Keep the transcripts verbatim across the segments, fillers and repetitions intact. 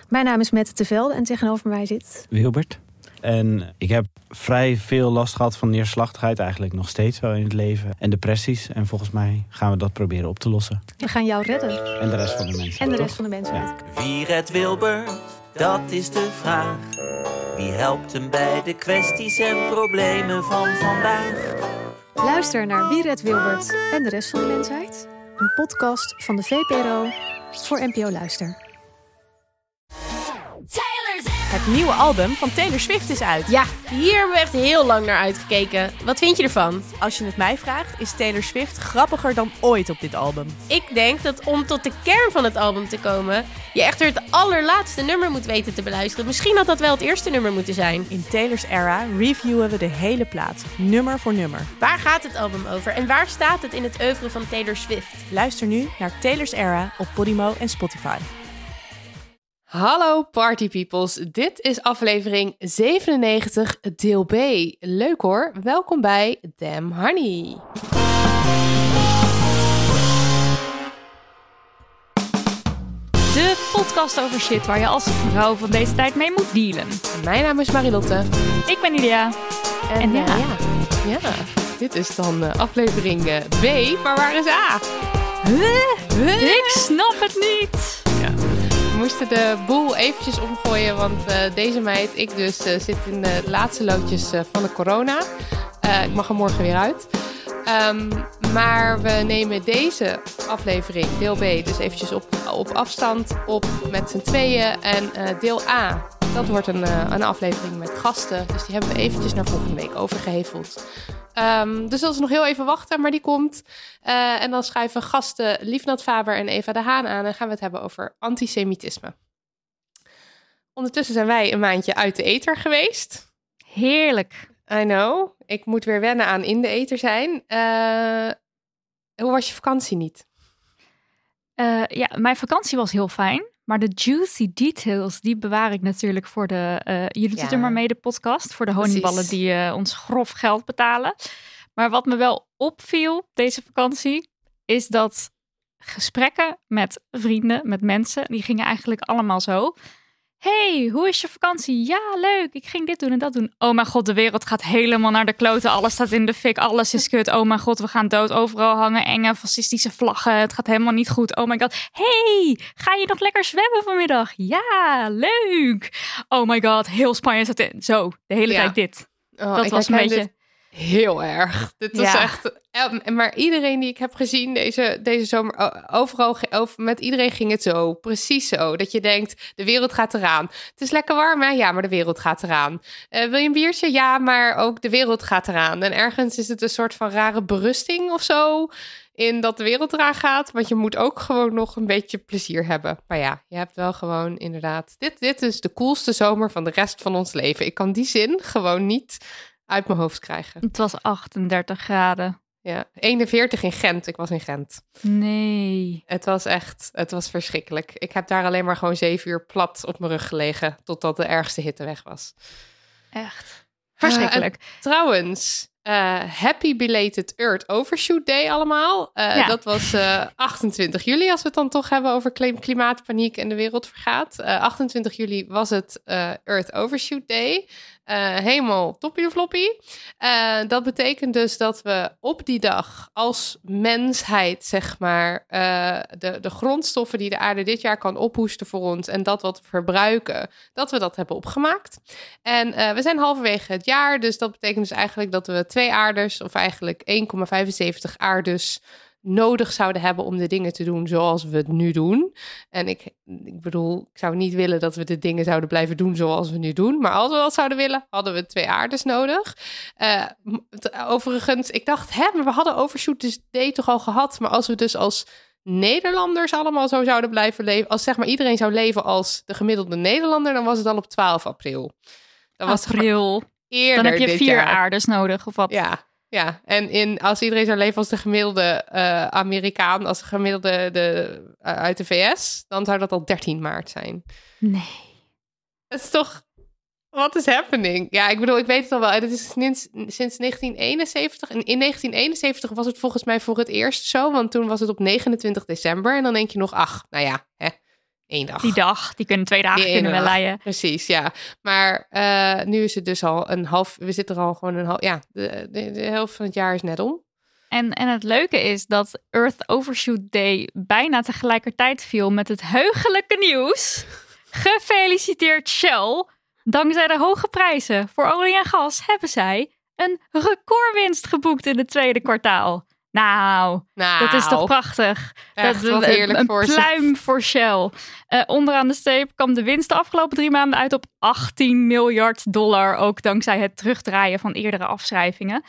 Mijn naam is Mette Tevelde en tegenover mij zit... Wilbert. En ik heb vrij veel last gehad van neerslachtigheid, eigenlijk nog steeds wel in het leven. En depressies. En volgens mij gaan we dat proberen op te lossen. We gaan jou redden. En de rest van de mensen. En de toch? rest van de mensen. Ja. Wie redt Wilbert? Dat is de vraag. Wie helpt hem bij de kwesties en problemen van vandaag? Luister naar Wie redt Wilbert en de rest van de mensheid. Een podcast van de V P R O voor N P O Luister. Het nieuwe album van Taylor Swift is uit. Ja, hier hebben we echt heel lang naar uitgekeken. Wat vind je ervan? Als je het mij vraagt, is Taylor Swift grappiger dan ooit op dit album. Ik denk dat om tot de kern van het album te komen, je echt weer het allerlaatste nummer moet weten te beluisteren. Misschien had dat wel het eerste nummer moeten zijn. In Taylor's Era reviewen we de hele plaat, nummer voor nummer. Waar gaat het album over en waar staat het in het oeuvre van Taylor Swift? Luister nu naar Taylor's Era op Podimo en Spotify. Hallo party peoples, dit is aflevering zevenennegentig, deel B. Leuk hoor, welkom bij Damn Honey. De podcast over shit waar je als vrouw van deze tijd mee moet dealen. Mijn naam is Marilotte. Ik ben Ilia. En, En ja. ja. ja, ja, dit is dan uh, aflevering uh, B, maar waar is A? Huh? Huh? Ik snap het niet. Ja. We moesten de boel eventjes omgooien, want uh, deze meid, ik dus, uh, zit in de laatste loodjes uh, van de corona. Uh, ik mag er morgen weer uit. Um, maar we nemen deze aflevering, deel B, dus eventjes op, op afstand op met z'n tweeën. En uh, deel A, dat wordt een, uh, een aflevering met gasten. Dus die hebben we eventjes naar volgende week overgeheveld. Um, dus dat is nog heel even wachten, maar die komt. Uh, en dan schuiven gasten Liefnat Faber en Eva de Haan aan en gaan we het hebben over antisemitisme. Ondertussen zijn wij een maandje uit de ether geweest. Heerlijk. I know. Ik moet weer wennen aan in de ether zijn. Uh, hoe was je vakantie niet? Uh, ja, mijn vakantie was heel fijn. Maar de juicy details, die bewaar ik natuurlijk voor de... Uh, je doet Ja. het er maar mee, de podcast. Voor de honingballen Precies. die uh, ons grof geld betalen. Maar wat me wel opviel deze vakantie, is dat gesprekken met vrienden, met mensen, die gingen eigenlijk allemaal zo. Hey, hoe is je vakantie? Ja, leuk. Ik ging dit doen en dat doen. Oh mijn god, de wereld gaat helemaal naar de kloten. Alles staat in de fik. Alles is kut. Oh mijn god, we gaan dood. Overal hangen enge fascistische vlaggen. Het gaat helemaal niet goed. Oh my god. Hey, ga je nog lekker zwemmen vanmiddag? Ja, leuk. Oh my god, heel Spanje staat in. Zo, de hele Ja. tijd dit. Oh, Dat ik was een herken beetje... dit heel erg. Dit was Ja. echt... Um, maar iedereen die ik heb gezien deze, deze zomer... o- Overal, ge- over, met iedereen ging het zo. Precies zo. Dat je denkt, de wereld gaat eraan. Het is lekker warm, hè? Ja, maar de wereld gaat eraan. Uh, wil je een biertje? Ja, maar ook de wereld gaat eraan. En ergens is het een soort van rare berusting of zo... in dat de wereld eraan gaat. Want je moet ook gewoon nog een beetje plezier hebben. Maar ja, je hebt wel gewoon inderdaad... Dit, dit is de coolste zomer van de rest van ons leven. Ik kan die zin gewoon niet uit mijn hoofd krijgen. Het was achtendertig graden. Ja, eenenveertig in Gent. Ik was in Gent. Nee. Het was echt, het was verschrikkelijk. Ik heb daar alleen maar gewoon zeven uur plat op mijn rug gelegen... totdat de ergste hitte weg was. Echt. Verschrikkelijk. Uh, en trouwens, uh, happy belated Earth Overshoot Day allemaal. Uh, Ja. Dat was uh, achtentwintig juli, als we het dan toch hebben over klim- klimaatpaniek en de wereld vergaat. Uh, achtentwintig juli was het uh, Earth Overshoot Day. Uh, helemaal toppie de floppie. Uh, dat betekent dus dat we op die dag als mensheid, zeg maar, uh, de, de grondstoffen die de aarde dit jaar kan ophoesten voor ons en dat wat we verbruiken, dat we dat hebben opgemaakt. En uh, we zijn halverwege het jaar, dus dat betekent dus eigenlijk dat we twee aardes, of eigenlijk één komma vijfenzeventig aardes nodig zouden hebben om de dingen te doen zoals we het nu doen. En ik, ik bedoel, ik zou niet willen dat we de dingen zouden blijven doen zoals we nu doen. Maar als we dat zouden willen, hadden we twee aardes nodig. Uh, overigens, ik dacht, hè, maar we hadden Overshoot Day toch al gehad. Maar als we dus als Nederlanders allemaal zo zouden blijven leven, als zeg maar iedereen zou leven als de gemiddelde Nederlander, dan was het al op twaalf april. Dat was April. eerder Dan heb je dit vier jaar. aardes nodig, of wat? Ja, ja. En in, als iedereen zou leven als de gemiddelde uh, Amerikaan, als de gemiddelde de, uh, uit de V S, dan zou dat al dertien maart zijn. Nee. Het is toch... What is happening? Ja, ik bedoel, ik weet het al wel. Het is sinds, sinds negentien eenenzeventig. En in negentien eenenzeventig was het volgens mij voor het eerst zo. Want toen was het op negenentwintig december. En dan denk je nog, ach, nou ja, hè, één dag. Die dag, die kunnen twee dagen Die kunnen ene wel dag. leien. Precies, ja. Maar uh, nu is het dus al een half... We zitten er al gewoon een half... Ja, de, de, de helft van het jaar is net om. En, en het leuke is dat Earth Overshoot Day bijna tegelijkertijd viel met het heugelijke nieuws. Gefeliciteerd Shell. Dankzij de hoge prijzen voor olie en gas hebben zij een recordwinst geboekt in het tweede kwartaal. Nou, nou dat is toch prachtig. Echt, dat, wat heerlijk een voor ze. pluim voor Shell. Uh, onderaan de streep kwam de winst de afgelopen drie maanden uit op achttien miljard dollar. Ook dankzij het terugdraaien van eerdere afschrijvingen.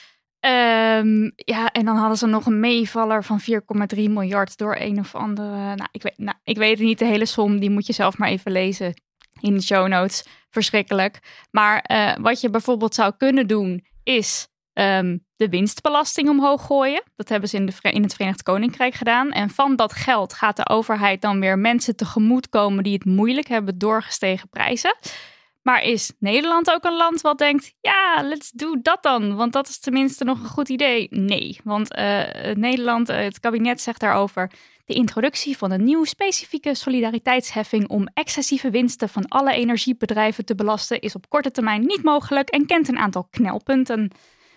Um, ja, en dan hadden ze nog een meevaller van vier komma drie miljard door een of andere... Nou ik, weet, nou, ik weet het niet, de hele som, die moet je zelf maar even lezen in de show notes. Verschrikkelijk. Maar uh, wat je bijvoorbeeld zou kunnen doen, is um, de winstbelasting omhoog gooien. Dat hebben ze in, de, in het Verenigd Koninkrijk gedaan. En van dat geld gaat de overheid dan weer mensen tegemoetkomen die het moeilijk hebben door gestegen prijzen. Maar is Nederland ook een land wat denkt, ja, let's do dat dan. Want dat is tenminste nog een goed idee. Nee, want uh, Nederland, uh, het kabinet zegt daarover... de introductie van een nieuwe specifieke solidariteitsheffing... om excessieve winsten van alle energiebedrijven te belasten... is op korte termijn niet mogelijk en kent een aantal knelpunten.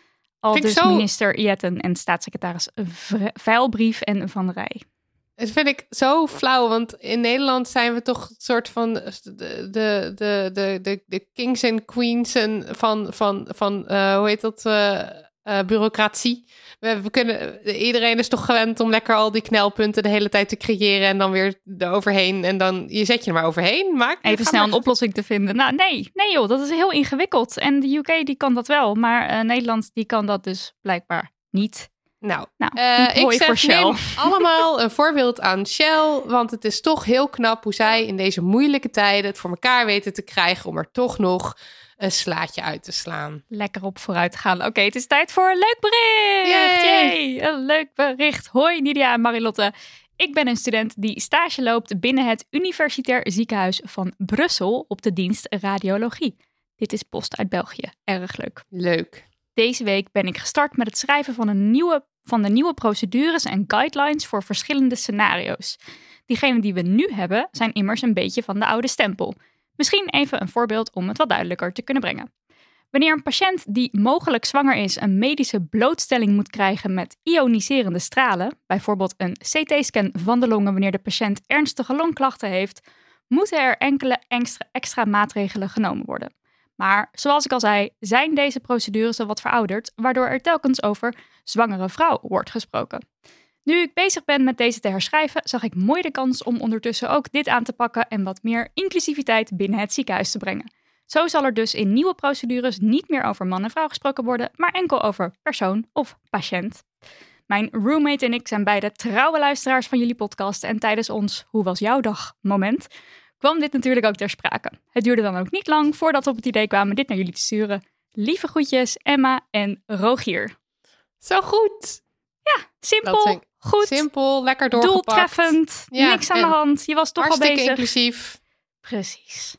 Al dus zo... minister Jetten en staatssecretaris Veilbrief en Van Rij. Dat vind ik zo flauw, want in Nederland zijn we toch een soort van de, de, de, de, de kings en queens en van, van, van uh, hoe heet dat, uh, uh, bureaucratie. We, we kunnen, iedereen is toch gewend om lekker al die knelpunten de hele tijd te creëren en dan weer eroverheen en dan je zet je er maar overheen. Maak, Even snel maar... een oplossing te vinden. Nou, nee, nee joh, dat is heel ingewikkeld. En de U K die kan dat wel, maar uh, Nederland die kan dat dus blijkbaar niet. Nou, nou uh, ik zeg voor Shell. Neem allemaal een voorbeeld aan Shell, want het is toch heel knap hoe zij in deze moeilijke tijden het voor elkaar weten te krijgen om er toch nog een slaatje uit te slaan. Lekker op vooruit gaan. Oké, okay, het is tijd voor een leuk bericht. Yay! Yay! Een leuk bericht. Hoi Nidia en Marilotte. Ik ben een student die stage loopt binnen het Universitair Ziekenhuis van Brussel op de dienst radiologie. Dit is post uit België. Erg leuk. Leuk. Deze week ben ik gestart met het schrijven van, een nieuwe, van de nieuwe procedures en guidelines voor verschillende scenario's. Diegene die we nu hebben zijn immers een beetje van de oude stempel. Misschien even een voorbeeld om het wat duidelijker te kunnen brengen. Wanneer een patiënt die mogelijk zwanger is een medische blootstelling moet krijgen met ioniserende stralen, bijvoorbeeld een C T-scan van de longen wanneer de patiënt ernstige longklachten heeft, moeten er enkele extra, extra maatregelen genomen worden. Maar zoals ik al zei, zijn deze procedures al wat verouderd, waardoor er telkens over zwangere vrouw wordt gesproken. Nu ik bezig ben met deze te herschrijven, zag ik mooi de kans om ondertussen ook dit aan te pakken en wat meer inclusiviteit binnen het ziekenhuis te brengen. Zo zal er dus in nieuwe procedures niet meer over man en vrouw gesproken worden, maar enkel over persoon of patiënt. Mijn roommate en ik zijn beide trouwe luisteraars van jullie podcast en tijdens ons Hoe was jouw dag moment kwam dit natuurlijk ook ter sprake. Het duurde dan ook niet lang voordat we op het idee kwamen dit naar jullie te sturen. Lieve groetjes, Emma en Rogier. Zo goed. Ja, simpel, goed. Simpel, lekker doorgepakt. Doeltreffend, ja, niks aan de hand. Je was toch al bezig. Hartstikke inclusief. Precies.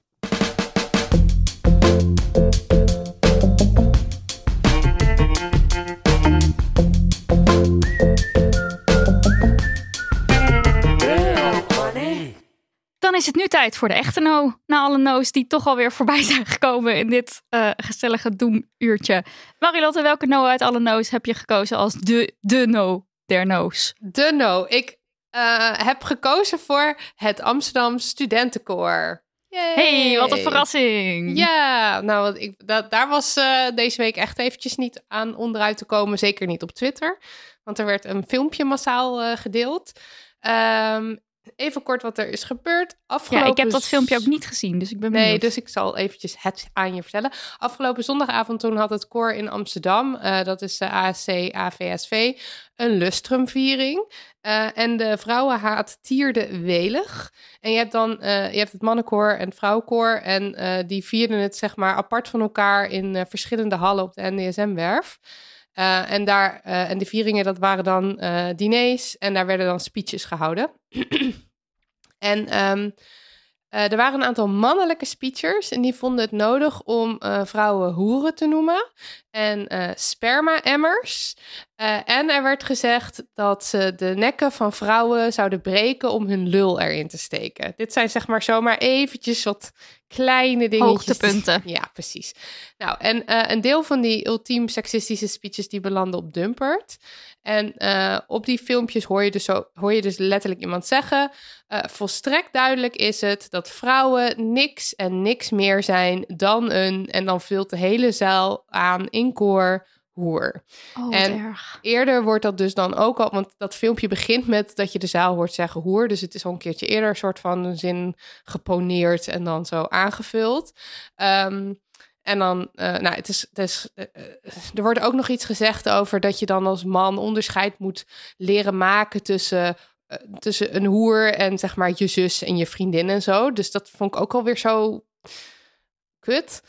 Dan is het nu tijd voor de echte no. Na alle no's die toch alweer voorbij zijn gekomen in dit uh, gezellige doemuurtje. Marilotte, welke no uit alle no's heb je gekozen als de, de no der no's? De no. Ik uh, heb gekozen voor het Amsterdam Studentenkoor. Yay. Hey, wat een verrassing. Ja, nou, ik, dat, daar was uh, deze week echt eventjes niet aan onderuit te komen. Zeker niet op Twitter. Want er werd een filmpje massaal uh, gedeeld. Um, Even kort wat er is gebeurd. Afgelopen... Ja, ik heb dat filmpje ook niet gezien, dus ik ben benieuwd. Nee, dus ik zal eventjes het aan je vertellen. Afgelopen zondagavond toen had het koor in Amsterdam, uh, dat is de A S C A V S V, een lustrumviering. Uh, en de vrouwenhaat tierde welig. En je hebt dan uh, je hebt het mannenkoor en het vrouwenkoor. En uh, die vierden het zeg maar apart van elkaar in uh, verschillende hallen op de N D S M-werf. Uh, en, daar, uh, en de vieringen, dat waren dan uh, diners en daar werden dan speeches gehouden. en um, uh, er waren een aantal mannelijke speechers en die vonden het nodig om uh, vrouwen hoeren te noemen. en uh, sperma-emmers. Uh, en er werd gezegd dat ze de nekken van vrouwen zouden breken om hun lul erin te steken. Dit zijn zeg maar zomaar eventjes wat kleine dingetjes. Hoogtepunten. Ja, precies. Nou, en uh, een deel van die ultiem seksistische speeches die belanden op Dumpert. En uh, op die filmpjes hoor je, dus zo, hoor je dus letterlijk iemand zeggen... Uh, volstrekt duidelijk is het dat vrouwen niks en niks meer zijn dan een... en dan vult de hele zaal aan in koor hoer. Oh, en erg. Eerder wordt dat dus dan ook al... want dat filmpje begint met dat je de zaal hoort zeggen hoer... dus het is al een keertje eerder een soort van een zin geponeerd... en dan zo aangevuld. Um, En dan, uh, nou, het is, het is, uh, er wordt ook nog iets gezegd over dat je dan als man onderscheid moet leren maken tussen, uh, tussen een hoer en zeg maar je zus en je vriendin en zo. Dus dat vond ik ook alweer zo kut.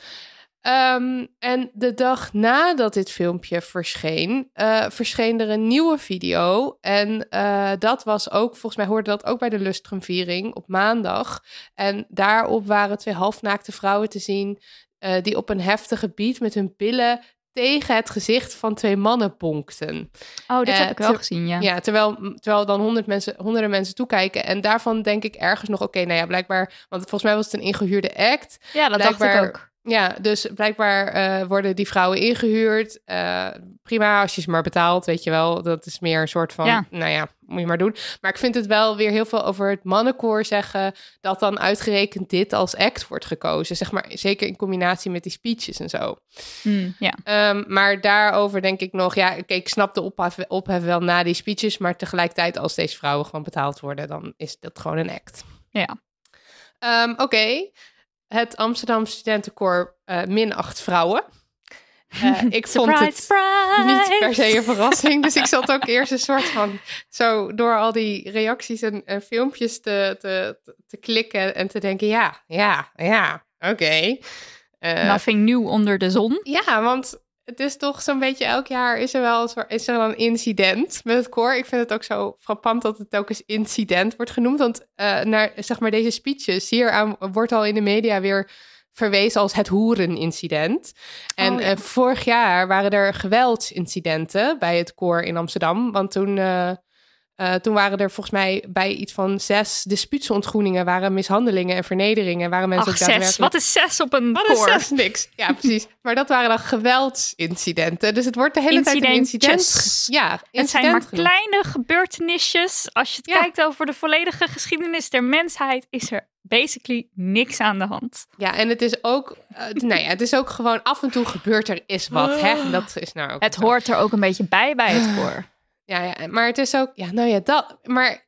Um, en de dag nadat dit filmpje verscheen, uh, verscheen er een nieuwe video. En uh, dat was ook, volgens mij hoorde dat ook bij de Lustrumviering op maandag. En daarop waren twee halfnaakte vrouwen te zien... Uh, die op een heftige beat met hun billen tegen het gezicht van twee mannen bonkten. Oh, dit uh, heb ik wel ter- gezien, ja. Ja, terwijl, terwijl dan honderd mensen, honderden mensen toekijken. En daarvan denk ik ergens nog, oké, okay, nou ja, blijkbaar... want volgens mij was het een ingehuurde act. Ja, dat blijkbaar, dacht ik ook. Ja, dus blijkbaar uh, worden die vrouwen ingehuurd. Uh, prima, als je ze maar betaalt, weet je wel. Dat is meer een soort van, ja. nou ja, moet je maar doen. Maar ik vind het wel weer heel veel over het mannenkoor zeggen... dat dan uitgerekend dit als act wordt gekozen. Zeg maar, zeker in combinatie met die speeches en zo. Mm, ja. Um, maar daarover denk ik nog... ja, okay, ik snap de ophef, ophef wel na die speeches... maar tegelijkertijd als deze vrouwen gewoon betaald worden... dan is dat gewoon een act. Ja. Um, Oké. Okay. Het Amsterdam Studentenkoor uh, min acht vrouwen. Uh, ik vond surprise, het surprise. niet per se een verrassing. Dus ik zat ook eerst een soort van... zo door al die reacties en, en filmpjes te, te, te klikken... en te denken, ja, ja, ja, oké. Okay. Uh, Nothing new onder de zon. Ja, want het is toch zo'n beetje... elk jaar is er wel een, soort, is er wel een incident met het koor. Ik vind het ook zo frappant dat het ook eens incident wordt genoemd. Want uh, naar zeg maar deze speeches... hieraan wordt al in de media weer... verwezen als het hoerenincident. En oh, ja. uh, vorig jaar waren er geweldsincidenten bij het koor in Amsterdam. Want toen, uh, uh, toen waren er volgens mij bij iets van zes dispuutsontgroeningen... waren mishandelingen en vernederingen. Waren mensen Ach, ook daadwerkelijk... zes. Wat is zes op een Wat koor? Wat is zes? Niks. Ja, precies. Maar dat waren dan geweldsincidenten. Dus het wordt de hele tijd een incident. Ja, incident het zijn maar genoemd. kleine gebeurtenisjes. Als je het ja. kijkt over de volledige geschiedenis der mensheid... is er basically niks aan de hand. Ja, en het is ook... Uh, nou ja, het is ook gewoon af en toe gebeurt er is wat. Hè? Dat is nou ook het zo. hoort er ook een beetje bij bij het koor. Ja, ja, maar het is ook... Ja, nou ja, dat... Maar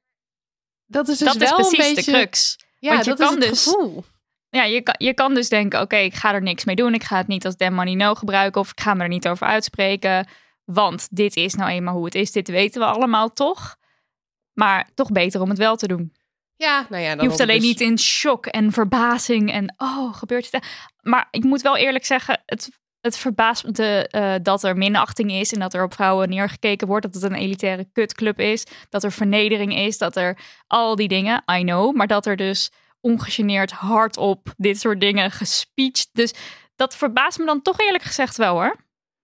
dat is dus dat wel is precies een beetje... de crux. Ja, Want je dat kan is het dus, gevoel. Ja, je kan, je kan dus denken... oké, okay, ik ga er niks mee doen. Ik ga het niet als damn money no gebruiken... of ik ga me er niet over uitspreken. Want dit is nou eenmaal hoe het is. Dit weten we allemaal toch. Maar toch beter om het wel te doen. Ja, nou ja, dan je hoeft alleen dus... niet in shock en verbazing en oh, gebeurt het? Maar ik moet wel eerlijk zeggen, het, het verbaast me uh, dat er minachting is en dat er op vrouwen neergekeken wordt, dat het een elitaire kutclub is, dat er vernedering is, dat er al die dingen, I know, maar dat er dus ongegeneerd hardop dit soort dingen gespeecht. Dus dat verbaast me dan toch eerlijk gezegd wel, hoor.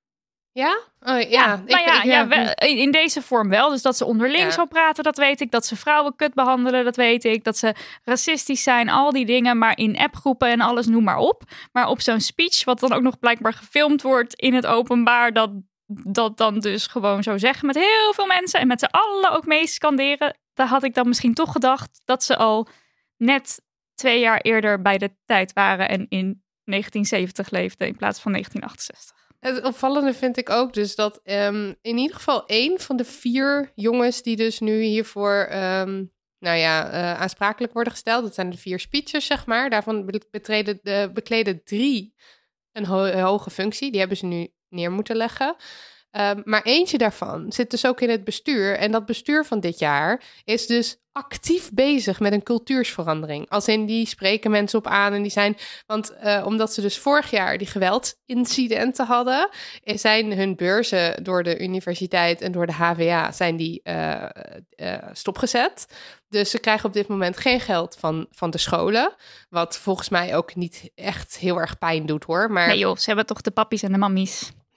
Ja? Oh, ja. ja, ik, nou ja, ik, ja wel, in deze vorm wel. Dus dat ze onderling ja. zo praten, dat weet ik. Dat ze vrouwen kut behandelen, dat weet ik. Dat ze racistisch zijn, al die dingen. Maar in appgroepen en alles, noem maar op. Maar op zo'n speech, wat dan ook nog blijkbaar gefilmd wordt in het openbaar... dat, dat dan dus gewoon zo zeggen met heel veel mensen... en met z'n allen ook mee scanderen... daar had ik dan misschien toch gedacht... dat ze al net twee jaar eerder bij de tijd waren... en in negentien zeventig leefden in plaats van negentien achtenzestig. Het opvallende vind ik ook dus dat um, in ieder geval één van de vier jongens die dus nu hiervoor um, nou ja, uh, aansprakelijk worden gesteld. Dat zijn de vier speeches, zeg maar. Daarvan betreden de, bekleden drie een, ho- een hoge functie. Die hebben ze nu neer moeten leggen. Um, maar eentje daarvan zit dus ook in het bestuur. En dat bestuur van dit jaar is dus actief bezig met een cultuursverandering. Als in, die spreken mensen op aan en die zijn... Want uh, omdat ze dus vorig jaar die geweldincidenten hadden... zijn hun beurzen door de universiteit en door de H V A... zijn die uh, uh, stopgezet. Dus ze krijgen op dit moment geen geld van, van de scholen. Wat volgens mij ook niet echt heel erg pijn doet, hoor. Maar... Nee joh, ze hebben toch de pappies en de mammies...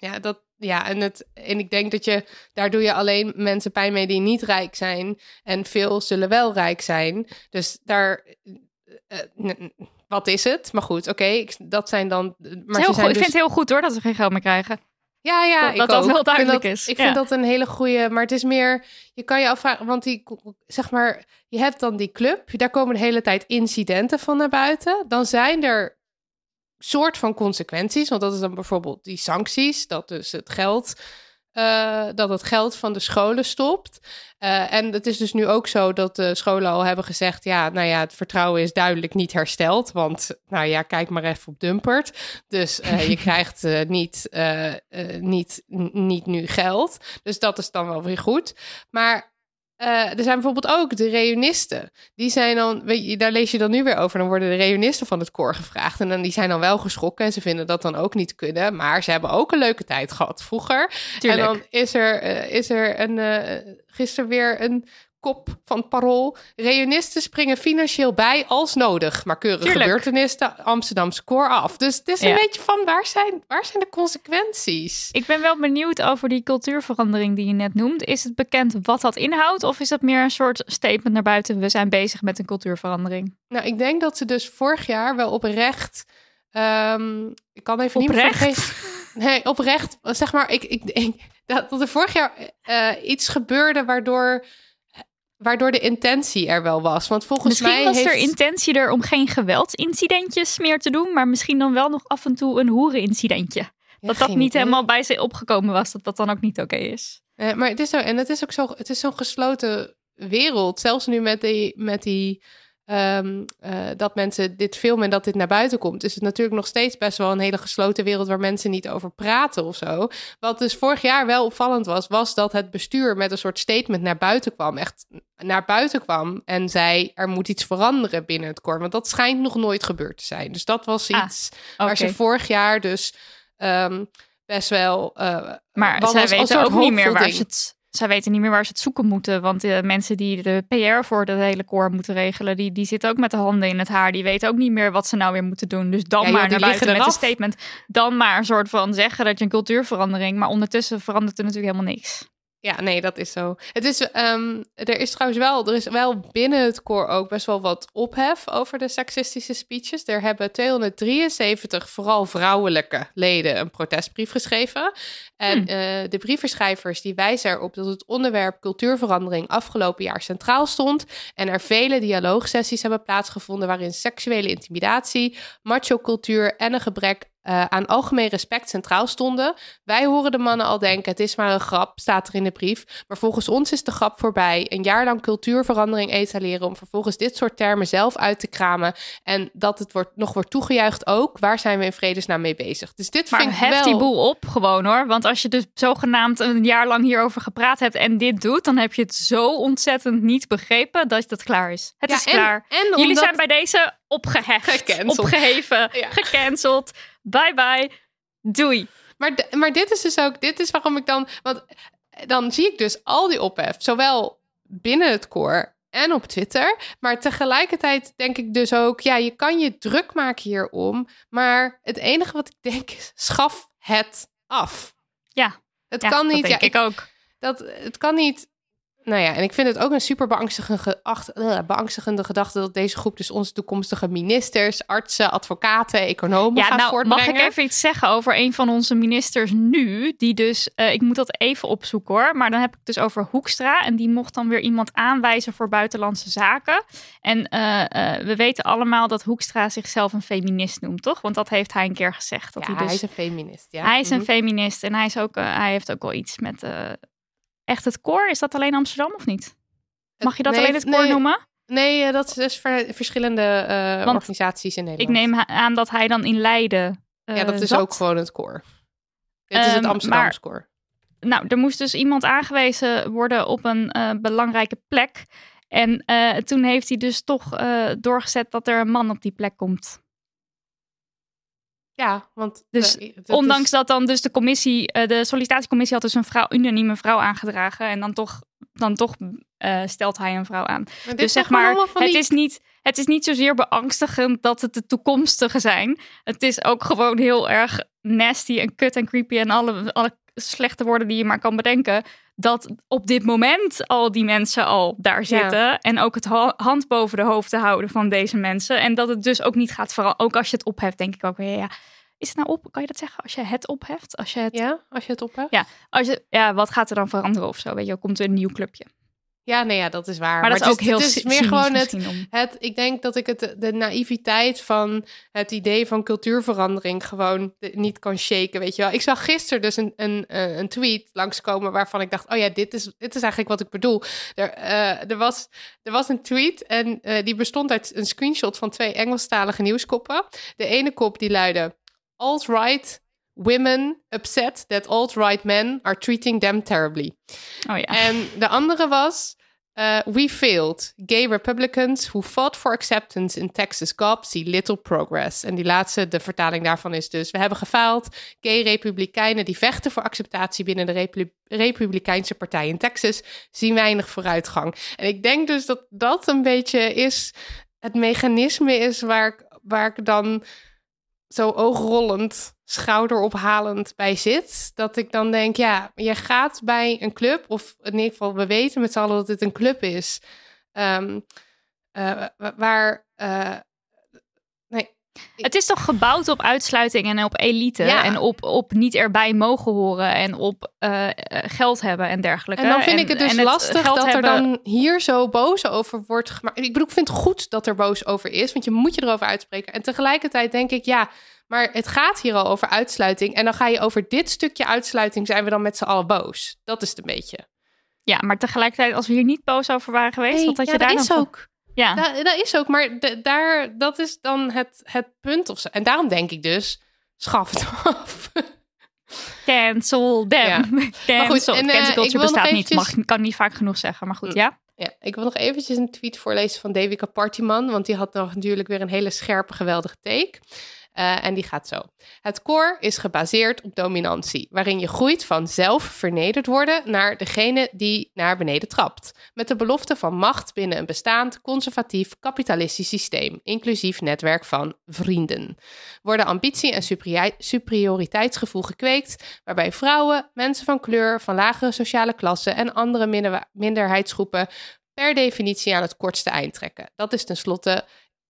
Ja, dat, ja en, het, en ik denk dat je... Daar doe je alleen mensen pijn mee die niet rijk zijn. En veel zullen wel rijk zijn. Dus daar... Uh, wat is het? Maar goed, oké, okay, dat zijn dan... Maar heel goed. zijn dus... Ik vind het heel goed hoor, dat ze geen geld meer krijgen. Ja, ja, dat ik dat, dat wel duidelijk ik is. Ik ja. vind dat een hele goede... Maar het is meer... Je kan je afvragen... Want die, zeg maar... Je hebt dan die club. Daar komen de hele tijd incidenten van naar buiten. Dan zijn er soort van consequenties. Want dat is dan bijvoorbeeld die sancties. Dat dus het geld... Uh, dat het geld van de scholen stopt. Uh, en het is dus nu ook zo dat de scholen al hebben gezegd... ja, nou ja, het vertrouwen is duidelijk niet hersteld. Want, nou ja, kijk maar even op Dumpert. Dus uh, je krijgt uh, niet, uh, uh, niet, n- niet nu geld. Dus dat is dan wel weer goed. Maar... Uh, er zijn bijvoorbeeld ook de reunisten. Die zijn dan, weet je, daar lees je dan nu weer over. Dan worden de reunisten van het koor gevraagd. En dan, die zijn dan wel geschrokken. En ze vinden dat dan ook niet kunnen. Maar ze hebben ook een leuke tijd gehad vroeger. Tuurlijk. En dan is er, uh, is er een, uh, gisteren weer een kop van het Parool. Reunisten springen financieel bij als nodig. Maar keurig gebeurtenis de Amsterdamse koor af. Dus het is een ja. beetje van, waar zijn, waar zijn de consequenties? Ik ben wel benieuwd over die cultuurverandering die je net noemt. Is het bekend wat dat inhoudt? Of is dat meer een soort statement naar buiten? We zijn bezig met een cultuurverandering. Nou, ik denk dat ze dus vorig jaar wel oprecht... Um, ik kan even oprecht? niet meer Nee, oprecht. Zeg maar, ik, ik denk dat, dat er vorig jaar uh, iets gebeurde waardoor... Waardoor de intentie er wel was. Want volgens misschien mij was heeft... er intentie er om geen geweldsincidentjes meer te doen. Maar misschien dan wel nog af en toe een hoerenincidentje. Ja, dat dat niet idee. helemaal bij ze opgekomen was. Dat dat dan ook niet oké okay is. Uh, maar het is zo, en het is ook zo, het is zo'n gesloten wereld. Zelfs nu met die, met die um, uh, dat mensen dit filmen en dat dit naar buiten komt, is het natuurlijk nog steeds best wel een hele gesloten wereld waar mensen niet over praten of zo. Wat dus vorig jaar wel opvallend was, was dat het bestuur met een soort statement naar buiten kwam. Echt naar buiten kwam en zei, er moet iets veranderen binnen het koor. Want dat schijnt nog nooit gebeurd te zijn. Dus dat was iets ah, okay. waar ze vorig jaar dus um, best wel... Uh, maar zij weten ook niet meer waar ze het... Zij weten niet meer waar ze het zoeken moeten. Want de mensen die de P R voor het hele koor moeten regelen... Die, die zitten ook met de handen in het haar. Die weten ook niet meer wat ze nou weer moeten doen. Dus dan ja, maar joh, naar buiten met een statement. Dan maar een soort van zeggen dat je een cultuurverandering... Maar ondertussen verandert er natuurlijk helemaal niks. Ja, nee, dat is zo. Het is, um, er is trouwens wel, er is wel binnen het koor ook best wel wat ophef over de seksistische speeches. Er hebben tweehonderddrieënzeventig vooral vrouwelijke leden een protestbrief geschreven. En hmm. uh, de brievenschrijvers die wijzen erop dat het onderwerp cultuurverandering afgelopen jaar centraal stond. En er vele dialoogsessies hebben plaatsgevonden waarin seksuele intimidatie, macho-cultuur en een gebrek Uh, aan algemeen respect centraal stonden. Wij horen de mannen al denken, het is maar een grap, staat er in de brief. Maar volgens ons is de grap voorbij. Een jaar lang cultuurverandering etaleren om vervolgens dit soort termen zelf uit te kramen. En dat het wordt, nog wordt toegejuicht ook. Waar zijn we in vredesnaam mee bezig? Dus dit maar vind ik hef wel... die boel op gewoon hoor. Want als je dus zogenaamd een jaar lang hierover gepraat hebt en dit doet, dan heb je het zo ontzettend niet begrepen dat het klaar is. Het ja, is en, klaar. En Jullie omdat... zijn bij deze opgeheft, gecanceld. opgeheven, ja. gecanceld. Bye bye. Doei. Maar, de, maar dit is dus ook, dit is waarom ik dan, want dan zie ik dus al die ophef, zowel binnen het koor en op Twitter. Maar tegelijkertijd denk ik dus ook, ja, je kan je druk maken hierom. Maar het enige wat ik denk is, schaf het af. Ja, het ja, kan niet. Dat denk ja, ik, ik ook. Dat, het kan niet. Nou ja, en ik vind het ook een super beangstigende, geacht, uh, beangstigende gedachte dat deze groep dus onze toekomstige ministers, artsen, advocaten, economen ja, gaat nou, voortbrengen. Mag ik even iets zeggen over een van onze ministers nu, die dus, uh, ik moet dat even opzoeken hoor, maar dan heb ik het dus over Hoekstra en die mocht dan weer iemand aanwijzen voor buitenlandse zaken. En uh, uh, we weten allemaal dat Hoekstra zichzelf een feminist noemt, toch? Want dat heeft hij een keer gezegd. Dat ja, hij, dus, hij is een feminist. Ja. Hij is een mm-hmm. feminist en hij, is ook, uh, hij heeft ook wel iets met... Uh, Echt het koor? Is dat alleen Amsterdam of niet? Mag je dat nee, alleen het koor nee, noemen? Nee, dat is dus voor verschillende uh, organisaties in Nederland. Ik neem aan dat hij dan in Leiden uh, Ja, dat is zat. ook gewoon het koor. Dit um, is het Amsterdamse koor. Nou, er moest dus iemand aangewezen worden op een uh, belangrijke plek. En uh, toen heeft hij dus toch uh, doorgezet dat er een man op die plek komt. Ja, want... Dus uh, dat ondanks is... dat dan dus de commissie, uh, de sollicitatiecommissie had dus een vrouw, unanieme vrouw aangedragen. En dan toch, dan toch uh, stelt hij een vrouw aan. Maar dus zeg maar, het die... is niet, het is niet zozeer beangstigend dat het de toekomstige zijn. Het is ook gewoon heel erg nasty en kut en creepy en alle, alle slechte woorden die je maar kan bedenken. Dat op dit moment al die mensen al daar zitten. Ja. En ook het ha- hand boven de hoofd te houden van deze mensen. En dat het dus ook niet gaat veranderen. Ook als je het opheft, denk ik ook weer, ja... Is het nou op? Kan je dat zeggen? Als je het opheft? Als je het... Ja, als je het opheft? Ja, als je... ja, wat gaat er dan veranderen of zo? Weet je, komt er een nieuw clubje. Ja, nee, ja, dat is waar. Maar, maar dat is ook is, heel het is meer gewoon het, om... het... Ik denk dat ik het, de naïviteit van het idee van cultuurverandering gewoon de, niet kan shaken, weet je wel. Ik zag gisteren dus een, een, een tweet langskomen waarvan ik dacht, oh ja, dit is, dit is eigenlijk wat ik bedoel. Er, uh, er, was, er was een tweet en uh, die bestond uit een screenshot van twee Engelstalige nieuwskoppen. De ene kop die luidde... Alt-right women upset that alt-right men are treating them terribly. Oh ja. En de andere was... Uh, we failed. Gay Republicans who fought for acceptance in Texas Gov see little progress. En die laatste, de vertaling daarvan is dus... We hebben gefaald. Gay Republikeinen die vechten voor acceptatie binnen de Repu- Republikeinse partij in Texas... zien weinig vooruitgang. En ik denk dus dat dat een beetje is... het mechanisme is waar ik, waar ik dan... zo oogrolend, schouderophalend bij zit. Dat ik dan denk, ja, je gaat bij een club... of in ieder geval, we weten met z'n allen dat het een club is... Um, uh, waar... Uh, nee. Het is toch gebouwd op uitsluiting en op elite... Ja. en op, op niet erbij mogen horen... en op uh, geld hebben en dergelijke. En dan vind en, ik het dus het lastig dat hebben... er dan hier zo boos over wordt gemaakt. Ik bedoel, ik vind het goed dat er boos over is... want je moet je erover uitspreken. En tegelijkertijd denk ik, ja... maar het gaat hier al over uitsluiting... en dan ga je over dit stukje uitsluiting... zijn we dan met z'n allen boos. Dat is het een beetje. Ja, maar tegelijkertijd als we hier niet boos over waren geweest... Nee, wat had ja, je daar dat is dan ook... Ja. Dat, dat is ook, maar de, daar, dat is dan het, het punt of zo. En daarom denk ik dus, schaf het af. Cancel them. Ja. Cancel. Maar goed, en, uh, Cancel culture bestaat eventjes... niet. Mag, kan niet vaak genoeg zeggen, maar goed, ja. Ja, ik wil nog eventjes een tweet voorlezen van Devika Partyman, want die had nog natuurlijk weer een hele scherpe, geweldige take. Uh, en die gaat zo. Het core is gebaseerd op dominantie, waarin je groeit van zelf vernederd worden naar degene die naar beneden trapt. Met de belofte van macht binnen een bestaand, conservatief, kapitalistisch systeem, inclusief netwerk van vrienden. Worden ambitie en superi- superioriteitsgevoel gekweekt, waarbij vrouwen, mensen van kleur, van lagere sociale klassen en andere minder- minderheidsgroepen per definitie aan het kortste eind trekken. Dat is tenslotte...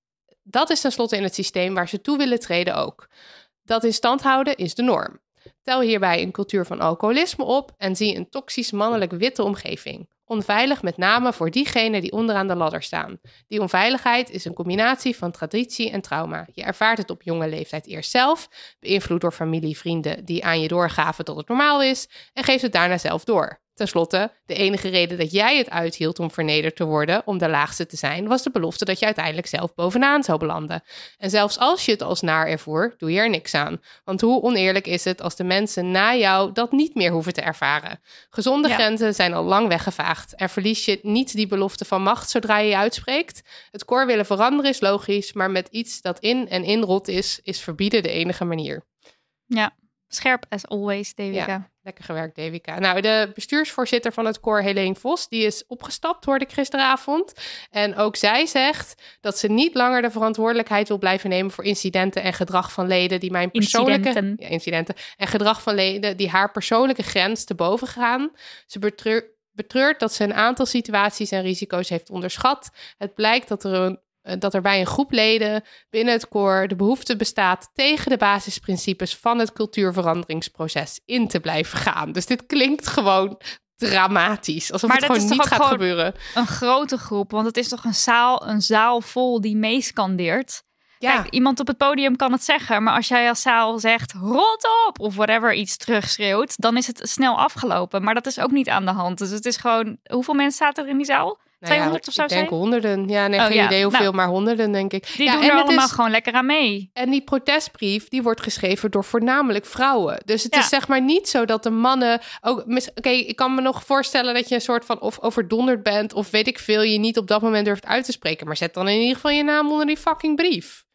Dat is tenslotte in het systeem waar ze toe willen treden ook. Dat in stand houden is de norm. Tel hierbij een cultuur van alcoholisme op en zie een toxisch mannelijk witte omgeving. Onveilig met name voor diegenen die onderaan de ladder staan. Die onveiligheid is een combinatie van traditie en trauma. Je ervaart het op jonge leeftijd eerst zelf, beïnvloed door familie, vrienden die aan je doorgaven dat het normaal is en geeft het daarna zelf door. Ten slotte, de enige reden dat jij het uithield om vernederd te worden, om de laagste te zijn, was de belofte dat je uiteindelijk zelf bovenaan zou belanden. En zelfs als je het als naar ervoer, doe je er niks aan. Want hoe oneerlijk is het als de mensen na jou dat niet meer hoeven te ervaren? Gezonde ja. grenzen zijn al lang weggevaagd. En verlies je niet die belofte van macht zodra je je uitspreekt? Het core willen veranderen is logisch, maar met iets dat in en inrot is, is verbieden de enige manier. Ja, scherp as always, Devika. Ja. Lekker gewerkt, Devika. Nou, de bestuursvoorzitter van het koor, Helene Vos, die is opgestapt, hoorde ik gisteravond. En ook zij zegt dat ze niet langer de verantwoordelijkheid wil blijven nemen voor incidenten en gedrag van leden die mijn persoonlijke... Incidenten. Ja, incidenten. En gedrag van leden die haar persoonlijke grens te boven gaan. Ze betreur, betreurt dat ze een aantal situaties en risico's heeft onderschat. Het blijkt dat er een dat er bij een groep leden binnen het koor de behoefte bestaat tegen de basisprincipes van het cultuurveranderingsproces in te blijven gaan. Dus dit klinkt gewoon dramatisch, alsof maar het gewoon niet gaat gebeuren. Een grote groep, want het is toch een zaal, een zaal vol die meescandeert. Ja. Kijk, iemand op het podium kan het zeggen, maar als jij als zaal zegt rot op of whatever iets terugschreeuwt, dan is het snel afgelopen. Maar dat is ook niet aan de hand. Dus het is gewoon, hoeveel mensen zaten er in die zaal? Nou tweehonderd ja, of zo ik denk zijn? honderden. Ja, nee, oh, geen ja. idee hoeveel, nou, maar honderden, denk ik. Die ja, doen en er het allemaal is, gewoon lekker aan mee. En die protestbrief, die wordt geschreven door voornamelijk vrouwen. Dus het ja. is zeg maar niet zo dat de mannen ook... Oké, okay, ik kan me nog voorstellen dat je een soort van of overdonderd bent of weet ik veel, je niet op dat moment durft uit te spreken. Maar zet dan in ieder geval je naam onder die fucking brief. Ja,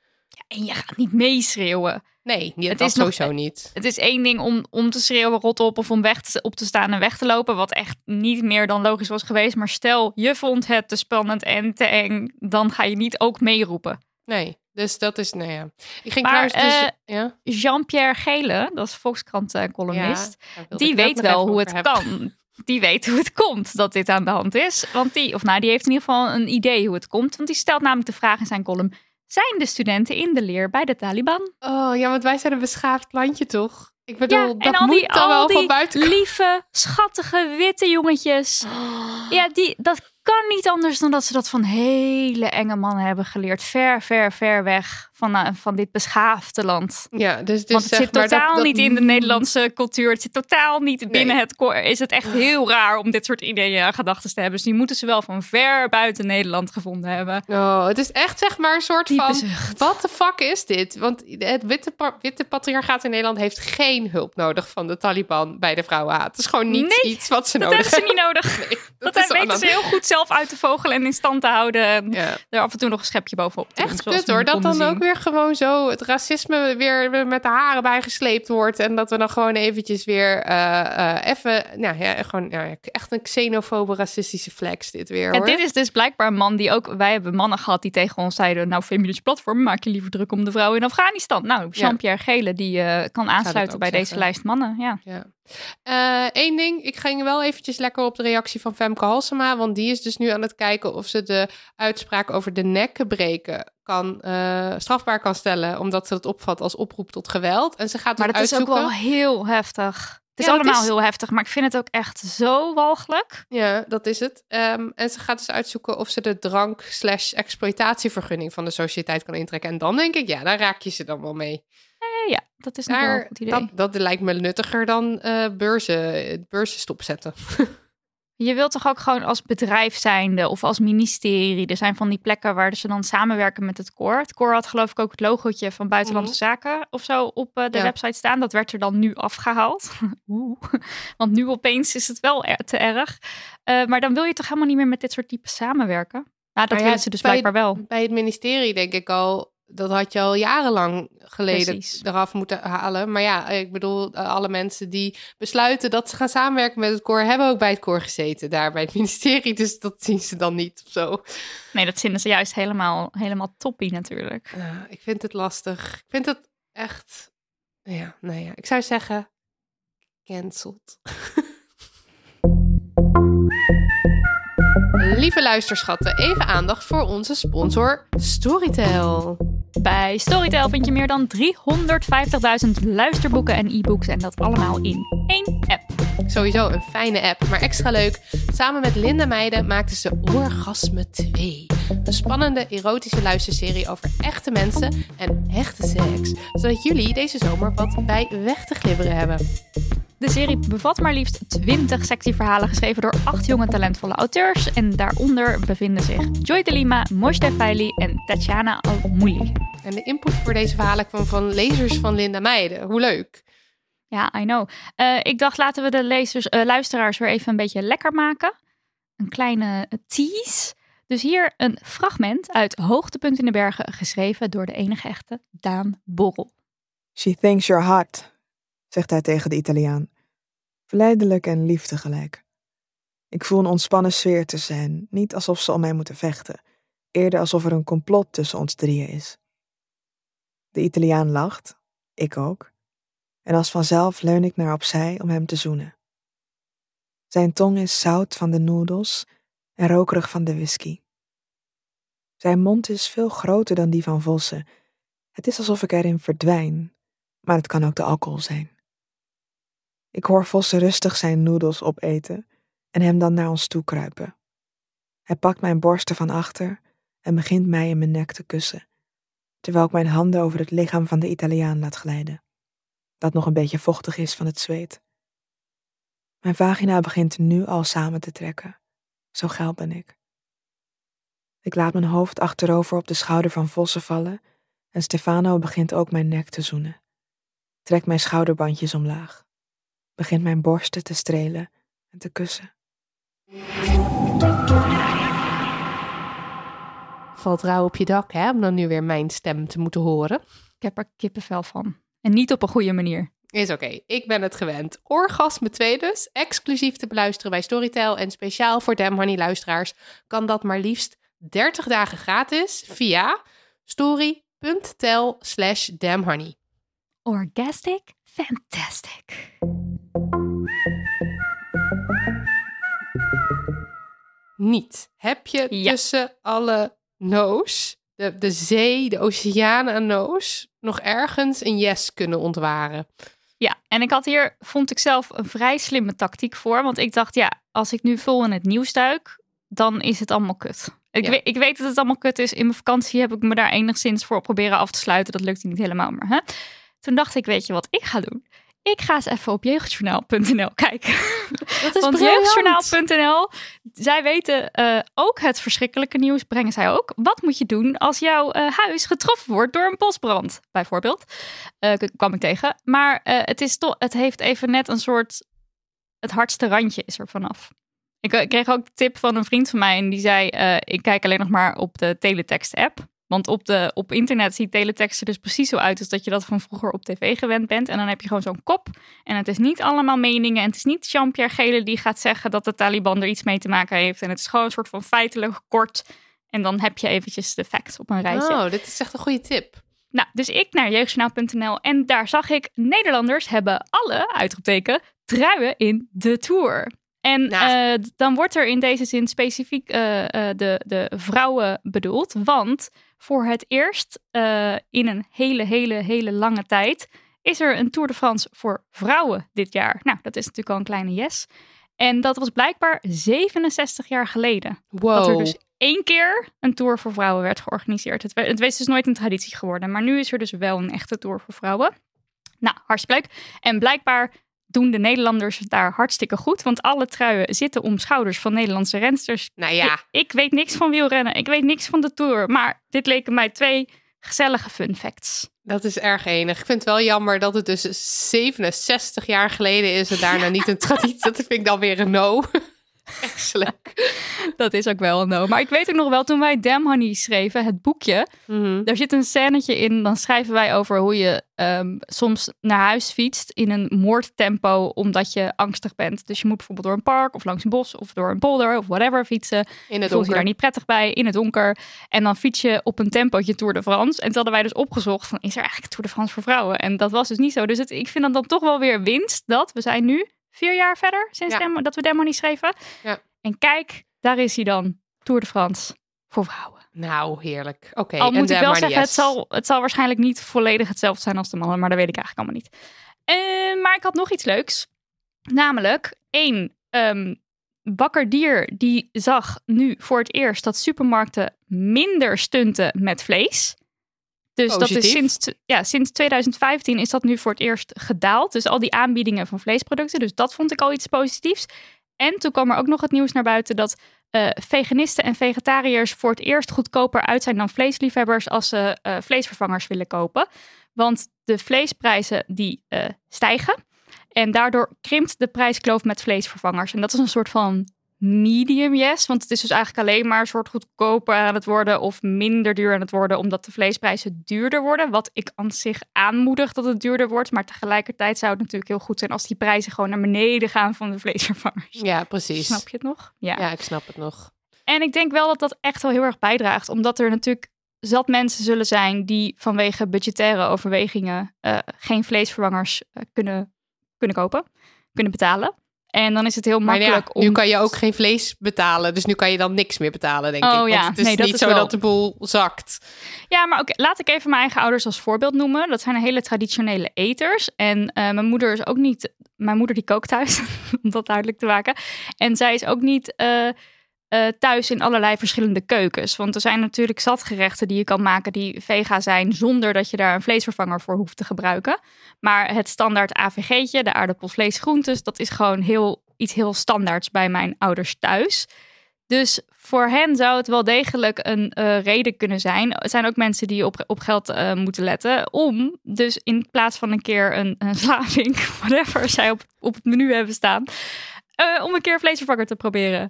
En je gaat niet meeschreeuwen. Nee, dat Het is is nog- sowieso niet. Het is één ding om, om te schreeuwen rot op of om weg te, op te staan en weg te lopen. Wat echt niet meer dan logisch was geweest. Maar stel, je vond het te spannend en te eng. Dan ga je niet ook meeroepen. Nee, dus dat is, nou ja. Ik ging Maar, trouwens dus... eh, ja? Jean-Pierre Gele, dat is Volkskrant-columnist. Ja, daar wilde die ik het ook weet nog wel even hoe over het hebben. kan. Die weet hoe het komt dat dit aan de hand is. Want die, of nou, die heeft in ieder geval een idee hoe het komt. Want die stelt namelijk de vraag in zijn column: zijn de studenten in de leer bij de Taliban? Oh, ja, want wij zijn een beschaafd landje, toch? Ik bedoel, Ja, dat en al moet die, dan al wel die van buiten komen. lieve, schattige, witte jongetjes. Ja, die, dat kan niet anders dan dat ze dat van hele enge mannen hebben geleerd. Ver, ver, ver weg van, uh, van dit beschaafde land. Ja, dus, dus Want het zeg zit maar totaal dat, dat, niet in de Nederlandse cultuur. Het zit totaal niet binnen Nee. het core. Is het echt heel raar om dit soort ideeën en gedachten te hebben. Dus die moeten ze wel van ver buiten Nederland gevonden hebben. Oh, het is echt zeg maar een soort Diepe van... zucht. Wat de fuck is dit? Want het witte, pa- witte patriarchaat in Nederland heeft geen hulp nodig van de Taliban bij de vrouwenhaat. Het is gewoon niet Nee, iets wat ze Dat nodig hebben ze niet nodig. Nee, Dat, is weten aan- ze heel goed zelf uit te vogelen en in stand te houden. En Ja. er af en toe nog een schepje bovenop te doen, Echt zoals kut we hoor, nu dat dan konden ook zien. weer gewoon zo het racisme weer met de haren bijgesleept wordt. En dat we dan gewoon eventjes weer eh, eh, even, nou ja, gewoon ja, echt een xenofobe racistische flex dit weer En hoor. dit is dus blijkbaar een man die ook... Wij hebben mannen gehad die tegen ons zeiden... Nou, feminist platform, maak je liever druk om de vrouwen in Afghanistan. Nou, Jean-Pierre Gele, die uh, kan aansluiten ook bij deze zeggen. lijst mannen. Ja. Ja. Eén ding, ik ging wel eventjes lekker op de reactie van Femke Halsema, want die is dus nu aan het kijken of ze de uitspraak over de nekken breken kan, uh, strafbaar kan stellen, omdat ze het opvat als oproep tot geweld. En ze gaat dus Maar dat uitzoeken... is ook wel heel heftig. Het is Ja, dat allemaal is- heel heftig, maar ik vind het ook echt zo walgelijk. Ja, dat is het. Um, en ze gaat dus uitzoeken of ze de drank slash exploitatievergunning van de sociëteit kan intrekken. En dan denk ik, ja, daar raak je ze dan wel mee. Eh, ja, dat is nog wel een Daar, goed idee. dat, dat lijkt me nuttiger dan uh, beurzen, beurzen stopzetten. Je wilt toch ook gewoon als bedrijf zijnde of als ministerie. Er zijn van die plekken waar ze dan samenwerken met het Core. Het Core had geloof ik ook het logootje van Buitenlandse Zaken of zo op uh, de Ja. website staan. Dat werd er dan nu afgehaald. Oeh. Want nu opeens is het wel er- te erg. Uh, maar dan wil je toch helemaal niet meer met dit soort types samenwerken? Nou, dat Maar ja, willen ze dus bij- blijkbaar wel. Bij het ministerie denk ik al, dat had je al jarenlang geleden Precies. eraf moeten halen. Maar ja, ik bedoel, alle mensen die besluiten dat ze gaan samenwerken met het Core, hebben ook bij het Core gezeten, daar bij het ministerie. Dus dat zien ze dan niet of zo. Nee, dat vinden ze juist helemaal, helemaal toppie natuurlijk. Uh, ik vind het lastig. Ik vind het echt, ja, nou ja, ik zou zeggen, cancelled. Lieve luisterschatten, even aandacht voor onze sponsor Storytel. Bij Storytel vind je meer dan driehonderdvijftigduizend luisterboeken en e-books en dat allemaal in één app. Sowieso een fijne app, maar extra leuk. Samen met Linda Meijden maakten ze Orgasme twee. Een spannende erotische luisterserie over echte mensen en echte seks. Zodat jullie deze zomer wat bij weg te glibberen hebben. De serie bevat maar liefst twintig sexy verhalen geschreven door acht jonge talentvolle auteurs. En daaronder bevinden zich Joy de Lima, Moshe Feili en Tatjana Al-Mouli. En de input voor deze verhalen kwam van lezers van Linda Meijden. Hoe leuk. Ja, I know. Uh, ik dacht, laten we de lezers, uh, luisteraars weer even een beetje lekker maken. Een kleine tease. Dus hier een fragment uit Hoogtepunt in de Bergen, geschreven door de enige echte Daan Borrel. She thinks you're hot, zegt hij tegen de Italiaan. Verleidelijk en lief tegelijk. Ik voel een ontspannen sfeer tussen hen, niet alsof ze om mij moeten vechten. Eerder alsof er een complot tussen ons drieën is. De Italiaan lacht, ik ook. En als vanzelf leun ik naar opzij om hem te zoenen. Zijn tong is zout van de noedels en rokerig van de whisky. Zijn mond is veel groter dan die van vossen. Het is alsof ik erin verdwijn, maar het kan ook de alcohol zijn. Ik hoor vossen rustig zijn noedels opeten en hem dan naar ons toe kruipen. Hij pakt mijn borsten van achter en begint mij in mijn nek te kussen, terwijl ik mijn handen over het lichaam van de Italiaan laat glijden, dat nog een beetje vochtig is van het zweet. Mijn vagina begint nu al samen te trekken, zo geil ben ik. Ik laat mijn hoofd achterover op de schouder van Vossen vallen en Stefano begint ook mijn nek te zoenen. Trekt mijn schouderbandjes omlaag, begint mijn borsten te strelen en te kussen. Valt rauw op je dak, hè? Om dan nu weer mijn stem te moeten horen. Ik heb er kippenvel van. En niet op een goede manier. Is oké, okay. Ik ben het gewend. Orgasme twee dus, exclusief te beluisteren bij Storytel. En speciaal voor Damn Honey luisteraars kan dat maar liefst dertig dagen gratis via story.tel slash damnhoney. Orgastic fantastic. Niet. Heb je Ja. tussen alle no's, de, de zee, de oceanen aan no's, nog ergens een yes kunnen ontwaren? Ja, en ik had hier, vond ik zelf, een vrij slimme tactiek voor. Want ik dacht, ja, als ik nu vol in het nieuws duik, dan is het allemaal kut. Ik, Ja. weet, ik weet dat het allemaal kut is. In mijn vakantie heb ik me daar enigszins voor proberen af te sluiten. Dat lukte niet helemaal, maar hè? Toen dacht ik, weet je wat ik ga doen? Ik ga eens even op jeugdjournaal punt n l kijken. Dat is Want briljant. jeugdjournaal punt n l, zij weten uh, ook het verschrikkelijke nieuws, brengen zij ook. Wat moet je doen als jouw uh, huis getroffen wordt door een bosbrand, bijvoorbeeld? Uh, kwam ik tegen. Maar uh, het, is toch, het heeft even net een soort, het hardste randje is er vanaf. Ik, ik kreeg ook de tip van een vriend van mij en die zei, uh, ik kijk alleen nog maar op de teletext-app. Want op, de, op internet ziet teletext er dus precies zo uit als dat je dat van vroeger op tv gewend bent. En dan heb je gewoon zo'n kop. En het is niet allemaal meningen. En het is niet Jean-Pierre Gele die gaat zeggen dat de Taliban er iets mee te maken heeft. En het is gewoon een soort van feitelijk kort. En dan heb je eventjes de facts op een rijtje. Oh, dit is echt een goede tip. Nou, dus ik naar jeugdjournaal punt n l en daar zag ik, Nederlanders hebben alle, uitroepteken, truien in de Tour. En Nou. uh, dan wordt er in deze zin specifiek uh, uh, de, de vrouwen bedoeld. Want voor het eerst uh, in een hele, hele, hele lange tijd is er een Tour de France voor vrouwen dit jaar. Nou, dat is natuurlijk al een kleine yes. En dat was blijkbaar zevenenzestig jaar geleden. Wow. Dat er dus één keer een Tour voor vrouwen werd georganiseerd. Het, het is dus nooit een traditie geworden. Maar nu is er dus wel een echte Tour voor vrouwen. Nou, hartstikke leuk. En blijkbaar doen de Nederlanders het daar hartstikke goed. Want alle truien zitten om schouders van Nederlandse rensters. Nou ja. Ik, ik weet niks van wielrennen. Ik weet niks van de Tour. Maar dit leken mij twee gezellige fun facts. Dat is erg enig. Ik vind het wel jammer dat het dus zevenenzestig jaar geleden is en daarna niet een traditie. Dat vind ik dan weer een no. Eigenlijk. Dat is ook wel een no. Maar ik weet ook nog wel, toen wij Damn Honey schreven, het boekje, Mm-hmm. daar zit een scènetje in. Dan schrijven wij over hoe je um, soms naar huis fietst in een moordtempo omdat je angstig bent. Dus je moet bijvoorbeeld door een park of langs een bos of door een polder of whatever fietsen. In het Voelt je donker. daar niet prettig bij, in het donker. En dan fiets je op een tempootje Tour de France. En toen hadden wij dus opgezocht van, is er eigenlijk Tour de France voor vrouwen? En dat was dus niet zo. Dus het, ik vind dat dan toch wel weer winst dat we zijn nu vier jaar verder sinds Ja. Dem- dat we Damn Honey schreven. Ja. En kijk, daar is hij dan, Tour de France voor vrouwen. Nou, heerlijk. Oké. Al en moet ik Damn wel Honey, zeggen, yes. het zal, het zal waarschijnlijk niet volledig hetzelfde zijn als de mannen, maar dat weet ik eigenlijk allemaal niet. Uh, maar ik had nog iets leuks. Namelijk, één, um, Bakkerdier die zag nu voor het eerst dat supermarkten minder stunten met vlees. Dus dat Positief. is sinds, ja, sinds twintig vijftien is dat nu voor het eerst gedaald. Dus al die aanbiedingen van vleesproducten. Dus dat vond ik al iets positiefs. En toen kwam er ook nog het nieuws naar buiten dat uh, veganisten en vegetariërs voor het eerst goedkoper uit zijn dan vleesliefhebbers als ze uh, vleesvervangers willen kopen. Want de vleesprijzen die uh, stijgen. En daardoor krimpt de prijskloof met vleesvervangers. En dat is een soort van medium yes. Want het is dus eigenlijk alleen maar een soort goedkoper aan het worden of minder duur aan het worden, omdat de vleesprijzen duurder worden. Wat ik aan zich aanmoedig dat het duurder wordt. Maar tegelijkertijd zou het natuurlijk heel goed zijn als die prijzen gewoon naar beneden gaan van de vleesvervangers. Ja, precies. Snap je het nog? Ja. Ja, ik snap het nog. En ik denk wel dat dat echt wel heel erg bijdraagt. Omdat er natuurlijk zat mensen zullen zijn die vanwege budgettaire overwegingen uh, geen vleesvervangers uh, kunnen, kunnen kopen, kunnen betalen. En dan is het heel Maar makkelijk ja, om... nu kan je ook geen vlees betalen. Dus nu kan je dan niks meer betalen, denk Oh, ik. Want ja. het is Nee, dat niet is zo wel- dat de boel zakt. Ja, maar oké, laat ik even mijn eigen ouders als voorbeeld noemen. Dat zijn hele traditionele eters. En uh, mijn moeder is ook niet... Mijn moeder die kookt thuis, om dat duidelijk te maken. En zij is ook niet uh, uh, thuis in allerlei verschillende keukens. Want er zijn natuurlijk zatgerechten die je kan maken die vega zijn, zonder dat je daar een vleesvervanger voor hoeft te gebruiken. Maar het standaard A V G'tje, de aardappels-vlees-groentes, dat is gewoon heel, iets heel standaards bij mijn ouders thuis. Dus voor hen zou het wel degelijk een uh, reden kunnen zijn. Er zijn ook mensen die op, op geld uh, moeten letten. Om dus in plaats van een keer een, een slavink, whatever zij op, op het menu hebben staan. Uh, om een keer een vleesvervanger te proberen.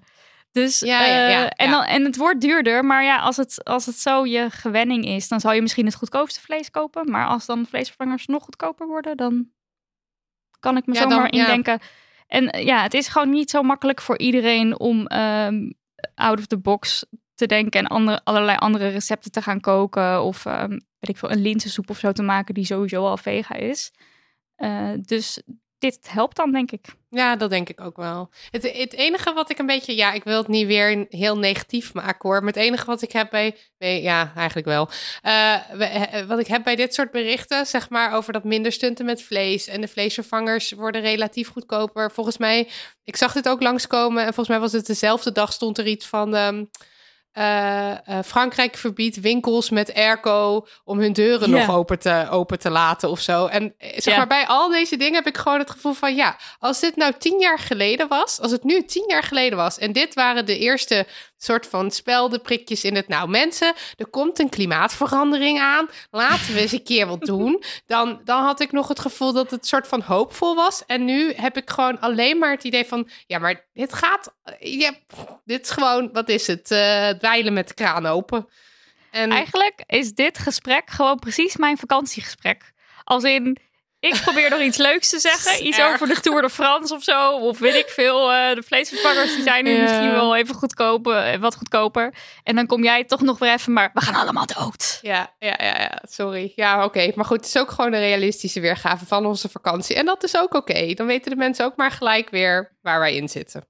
Dus, Ja, ja, ja, uh, ja. En, dan, en het wordt duurder. Maar ja, als het, als het zo je gewenning is, dan zal je misschien het goedkoopste vlees kopen. Maar als dan vleesvervangers nog goedkoper worden, dan kan ik me Ja, zomaar dan, ja. indenken. En ja, het is gewoon niet zo makkelijk voor iedereen om um, out of the box te denken en andere, allerlei andere recepten te gaan koken. Of um, weet ik veel, een linzensoep of zo te maken die sowieso al vega is. Uh, dus dit helpt dan, denk ik. Ja, dat denk ik ook wel. Het, het enige wat ik een beetje... Ja, ik wil het niet weer heel negatief maken, hoor. Maar het enige wat ik heb bij... bij ja, eigenlijk wel. Uh, wat ik heb bij dit soort berichten, zeg maar, over dat minder stunten met vlees en de vleesvervangers worden relatief goedkoper. Volgens mij, ik zag dit ook langskomen en volgens mij was het dezelfde dag stond er iets van... Um, Uh, uh, Frankrijk verbiedt winkels met airco om hun deuren Yeah. nog open te, open te laten of zo. En zeg Ja. maar, bij al deze dingen heb ik gewoon het gevoel van... ja, als dit nou tien jaar geleden was... als het nu tien jaar geleden was... en dit waren de eerste soort van speldenprikjes in het... nou mensen, er komt een klimaatverandering aan. Laten we eens een keer wat doen. Dan, dan had ik nog het gevoel dat het soort van hoopvol was. En nu heb ik gewoon alleen maar het idee van... ja, maar dit gaat... ja, dit is gewoon, wat is het? Uh, dweilen met de kraan open. En Eigenlijk is dit gesprek gewoon precies mijn vakantiegesprek. Als in, ik probeer nog iets leuks te zeggen. Iets Erg. over de Tour de France of zo. Of weet ik veel. Uh, de vleesvervangers die zijn nu Ja. misschien wel even goedkoper, wat goedkoper. En dan kom jij toch nog weer even, maar we gaan allemaal dood. Ja, ja, ja, ja, sorry. Ja, oké. Okay. Maar goed, het is ook gewoon een realistische weergave van onze vakantie. En dat is ook oké. Okay. Dan weten de mensen ook maar gelijk weer waar wij in zitten.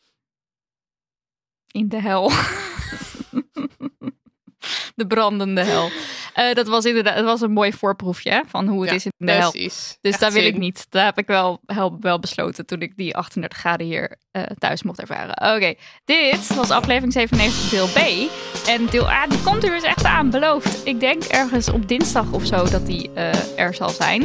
In de hel. De brandende hel. Uh, dat was inderdaad, het was een mooi voorproefje hè, van hoe het Ja, is in de hel. precies. Dus Echt daar wil zin. ik niet. Daar heb ik wel, wel, wel besloten toen ik die achtendertig graden hier uh, thuis mocht ervaren. Oké, okay. Dit was aflevering zevenennegentig deel B. En deel A, die komt er dus echt aan, beloofd. Ik denk ergens op dinsdag of zo dat die uh, er zal zijn.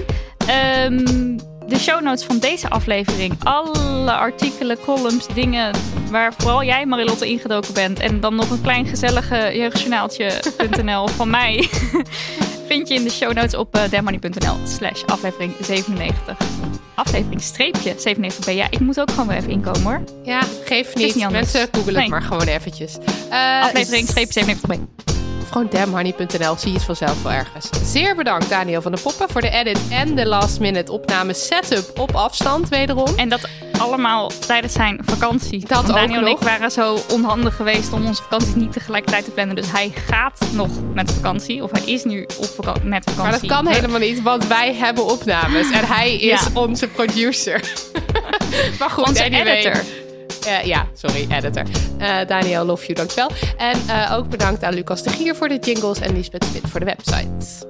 Um, de show notes van deze aflevering. Alle artikelen, columns, dingen waar vooral jij, Marilotte, ingedoken bent. En dan nog een klein gezellige jeugdjournaaltje.nl van mij. Vind je in de show notes op uh, dammoney.nl slash aflevering zevenennegentig. Aflevering streepje zevenennegentig b. Ja, ik moet ook gewoon weer even inkomen hoor. Ja, geeft is niet. niet anders. Mensen, googelen Nee. het maar gewoon eventjes. Uh, Aflevering streepje zevenennegentig b. Of gewoon damnhoney punt n l, zie je het vanzelf wel ergens. Zeer bedankt Daniel van der Poppen voor de edit en de last minute opname setup op afstand wederom. En dat allemaal tijdens zijn vakantie. Dat Want ook Daniel en ik nog. waren zo onhandig geweest om onze vakanties niet tegelijkertijd te plannen. Dus hij gaat nog met vakantie. Of hij is nu op vaka- met vakantie. Maar dat kan helemaal niet, want wij hebben opnames. En hij is Ja. onze producer. Maar goed, Onze anyway. editor. Uh, ja, sorry, editor. Uh, Daniel, love you, dankjewel. En uh, ook bedankt aan Lucas de Gier voor de jingles en Lisbeth Smit voor de website.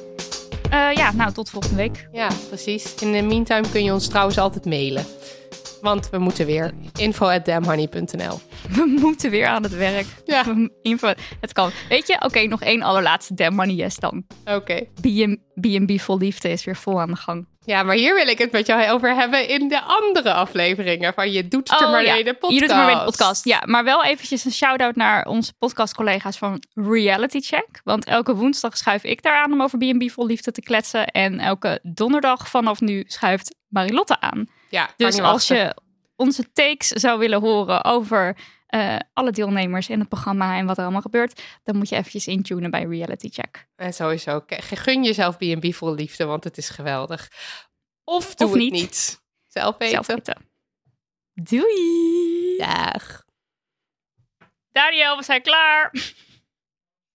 Uh, ja, nou, tot volgende week. Ja, precies. In de meantime kun je ons trouwens altijd mailen. Want we moeten weer. info at damnhoney punt n l. We moeten weer aan het werk. Ja. Info, het kan. Weet je, oké, okay, nog één allerlaatste Damn Money Yes dan. Oké. Okay. B en B vol liefde is weer vol aan de gang. Ja, maar hier wil ik het met jou over hebben in de andere afleveringen van Je Doet Het Er Oh, Maar ja. Mee, de podcast. Je Doet Het Er Maar Mee, de podcast. Ja, maar wel eventjes een shout-out naar onze podcastcollega's van Reality Check. Want elke woensdag schuif ik daar aan om over B en B vol liefde te kletsen. En elke donderdag vanaf nu schuift Marilotte aan. Ja, kan Dus niet als wachten. je onze takes zou willen horen over uh, alle deelnemers in het programma en wat er allemaal gebeurt, dan moet je eventjes intunen bij Reality Check. En sowieso, gun jezelf B en B vol liefde, want het is geweldig. Of doe of het niet. niet. Zelf weten. Zelf weten. Doei! Dag. Daniel, we zijn klaar!